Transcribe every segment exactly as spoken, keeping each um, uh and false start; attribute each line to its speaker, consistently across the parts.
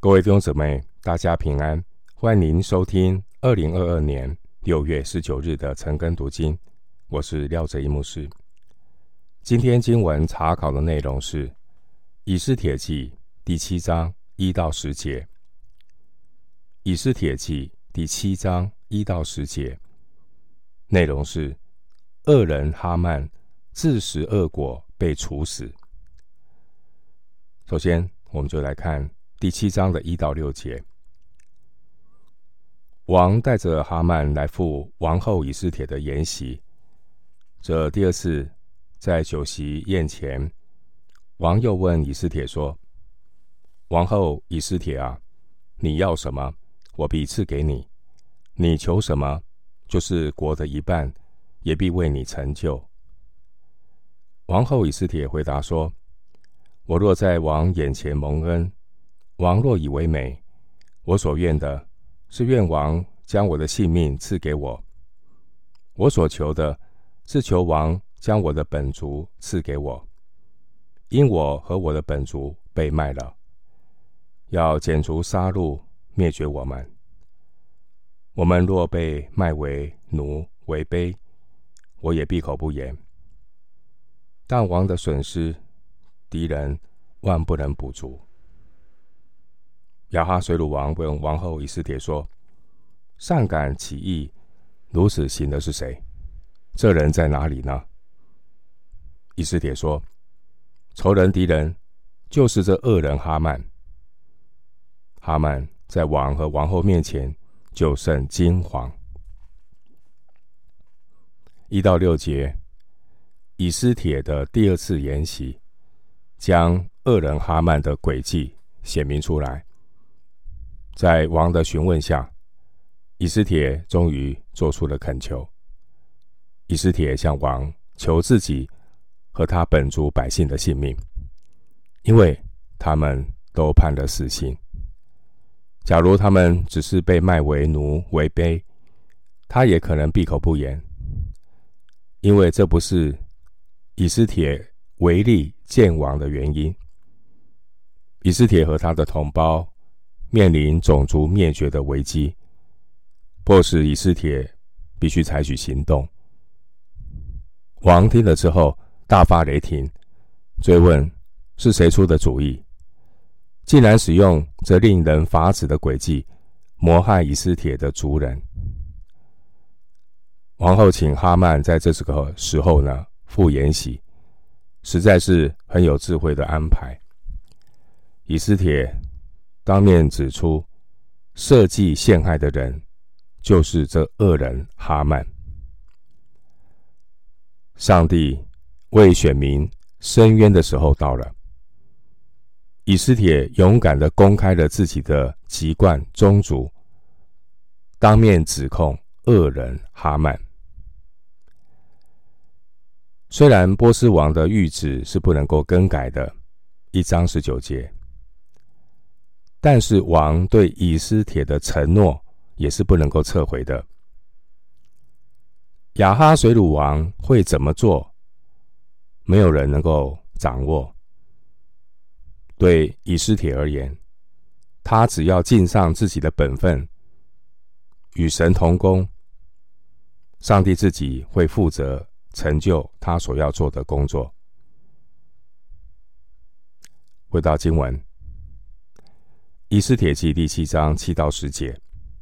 Speaker 1: 各位弟兄姊妹，大家平安，欢迎您收听二零二二年六月十九日的晨更读经，我是廖哲一牧师。今天经文查考的内容是以斯帖记第七章一到十节。以斯帖记第七章一到十节，内容是恶人哈曼自食恶果被处死。首先，我们就来看第七章的一到六节。王带着哈曼来赴王后以斯帖的筵席。这第二次在酒席宴前，王又问以斯帖说：王后以斯帖啊，你要什么，我必赐给你；你求什么，就是国的一半，也必为你成就。王后以斯帖回答说：我若在王眼前蒙恩，王若以为美，我所愿的是愿王将我的性命赐给我。我所求的是求王将我的本族赐给我，因我和我的本族被卖了，要剪除杀戮，灭绝我们。我们若被卖为奴为卑，我也闭口不言。但王的损失，敌人万不能补足。亚哈随鲁王问王后以斯帖说：上敢起义如此行的是谁？这人在哪里呢？以斯帖说：仇人敌人就是这恶人哈曼。哈曼在王和王后面前就甚惊惶。一到六节，以斯帖的第二次筵席，将恶人哈曼的诡计显明出来。在王的询问下，以斯帖终于做出了恳求。以斯帖向王求自己和他本族百姓的性命，因为他们都判了死刑。假如他们只是被卖为奴为卑，他也可能闭口不言，因为这不是以斯帖违例见王的原因。以斯帖和他的同胞面临种族灭绝的危机，迫使以斯帖必须采取行动。王听了之后大发雷霆，追问是谁出的主意，竟然使用这令人发指的诡计谋害以斯帖的族人。王后请哈曼在这个时候呢赴筵席，实在是很有智慧的安排。以斯帖当面指出，设计陷害的人就是这恶人哈曼。上帝为选民伸冤的时候到了。以斯帖勇敢地公开了自己的籍贯宗族，当面指控恶人哈曼。虽然波斯王的谕旨是不能够更改的，一章十九节，但是王对以斯帖的承诺也是不能够撤回的。亚哈随鲁王会怎么做，没有人能够掌握。对以斯帖而言，他只要尽上自己的本分，与神同工，上帝自己会负责成就他所要做的工作。回到经文，以斯帖记第七章七到十节。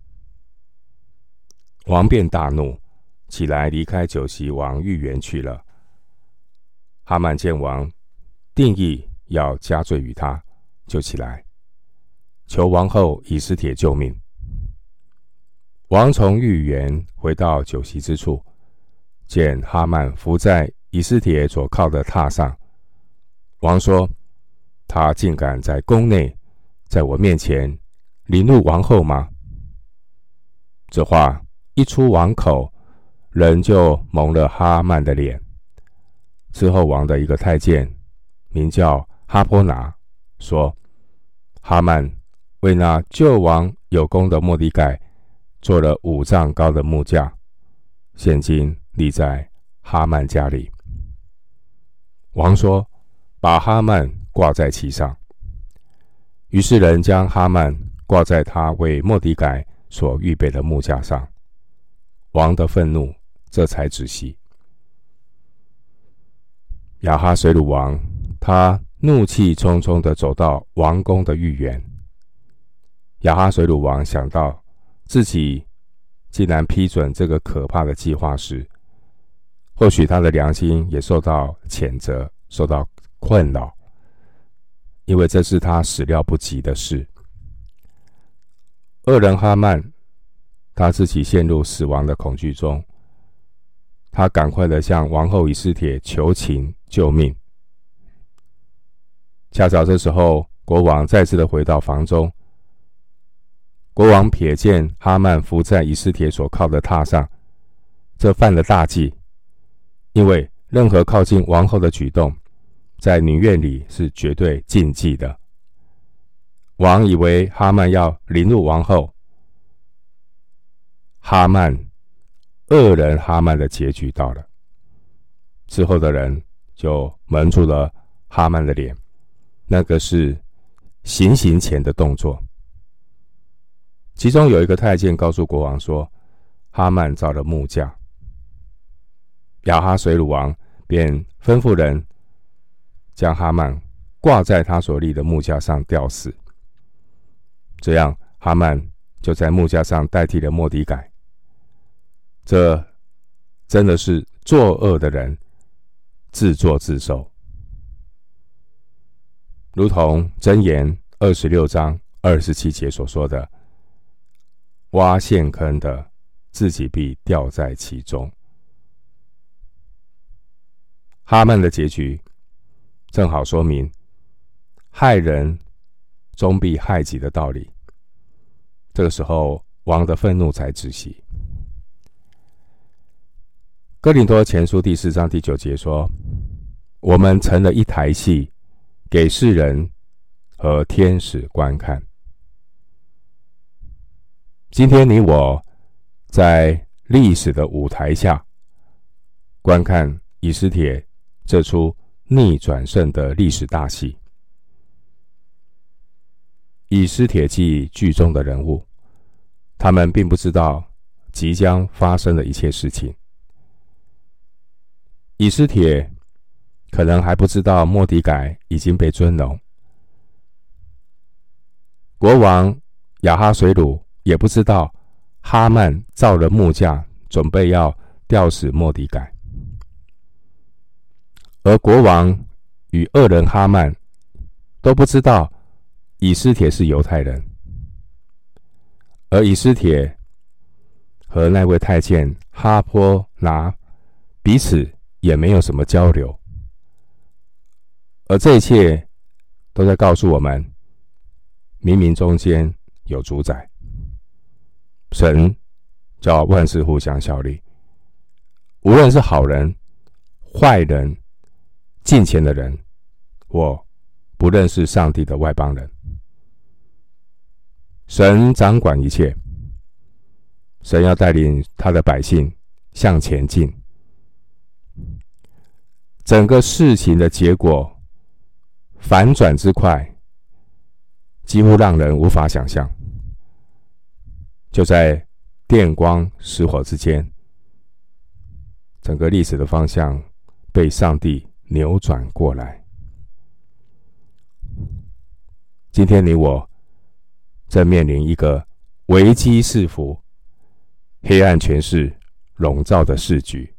Speaker 1: 王便大怒，起来离开酒席往御园去了。哈曼见王定义要加罪于他，就起来求王后以斯帖救命。王从御园回到酒席之处，见哈曼伏在以斯帖所靠的榻上。王说：他竟敢在宫内在我面前凌辱王后吗？这话一出王口，人就蒙了哈曼的脸。之后王的一个太监名叫哈波拿说：哈曼为那救王有功的末底改做了五丈高的木架，现今立在哈曼家里。王说：把哈曼挂在其上。 于是人将哈曼挂在他为末底改所预备的木架上，王的愤怒这才止息。亚哈随鲁王他怒气冲冲地走到王宫的御园。亚哈随鲁王想到自己既然批准这个可怕的计划时，或许他的良心也受到谴责，受到困扰，因为这是他始料不及的事。恶人哈曼他自己陷入死亡的恐惧中，他赶快地向王后以斯帖求情救命。恰巧这时候，国王再次的回到房中。国王瞥见哈曼伏在以斯帖所靠的榻上，这犯了大忌，因为任何靠近王后的举动，在女院里是绝对禁忌的。王以为哈曼要凌辱王后，哈曼恶人哈曼的结局到了。之后的人就蒙住了哈曼的脸，那个是行刑前的动作。其中有一个太监告诉国王说，哈曼造了木架。亚哈随鲁王便吩咐人将哈曼挂在他所立的木架上吊死。这样哈曼就在木架上代替了末底改。这真的是作恶的人自作自受，如同箴言二十六章二十七节所说的，挖陷坑的自己必掉在其中。哈曼的结局正好说明害人终必害己的道理。这个时候王的愤怒才止息。哥林多前书第四章第九节说，我们成了一台戏，给世人和天使观看。今天你我在历史的舞台下观看以斯帖这出逆转胜的历史大戏。以斯帖记剧中的人物，他们并不知道即将发生的一切事情。以斯帖可能还不知道末底改已经被尊荣，国王亚哈随鲁也不知道哈曼造了木架，准备要吊死末底改。而国王与恶人哈曼都不知道以斯帖是犹太人，而以斯帖和那位太监哈波拿彼此也没有什么交流。而这一切都在告诉我们，冥冥中间有主宰。神叫万事互相效力，无论是好人、坏人、敬虔的人，或不认识上帝的外邦人，神掌管一切。神要带领他的百姓向前进。整个事情的结果反转之快，几乎让人无法想象。就在电光石火之间，整个历史的方向被上帝扭转过来。今天你我正面临一个危机四伏、黑暗权势笼罩的世局。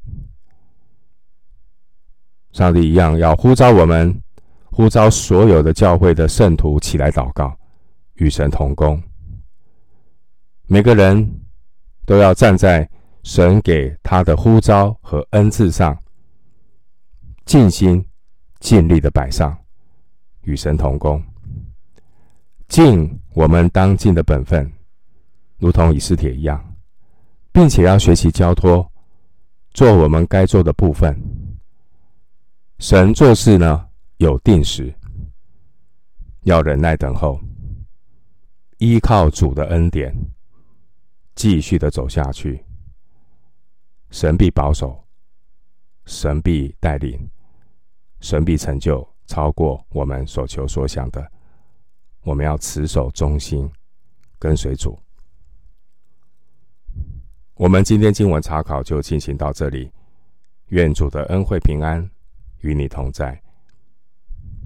Speaker 1: 上帝一样要呼召我们，呼召所有的教会的圣徒起来祷告，与神同工。每个人都要站在神给他的呼召和恩赐上，尽心尽力的摆上，与神同工，尽我们当尽的本分，如同以斯帖一样，并且要学习交托，做我们该做的部分。神做事呢，有定时，要忍耐等候，依靠主的恩典，继续的走下去。神必保守，神必带领，神必成就超过我们所求所想的。 我们要持守忠心，跟随主。我们今天经文查考就进行到这里，愿主的恩惠平安与你同在。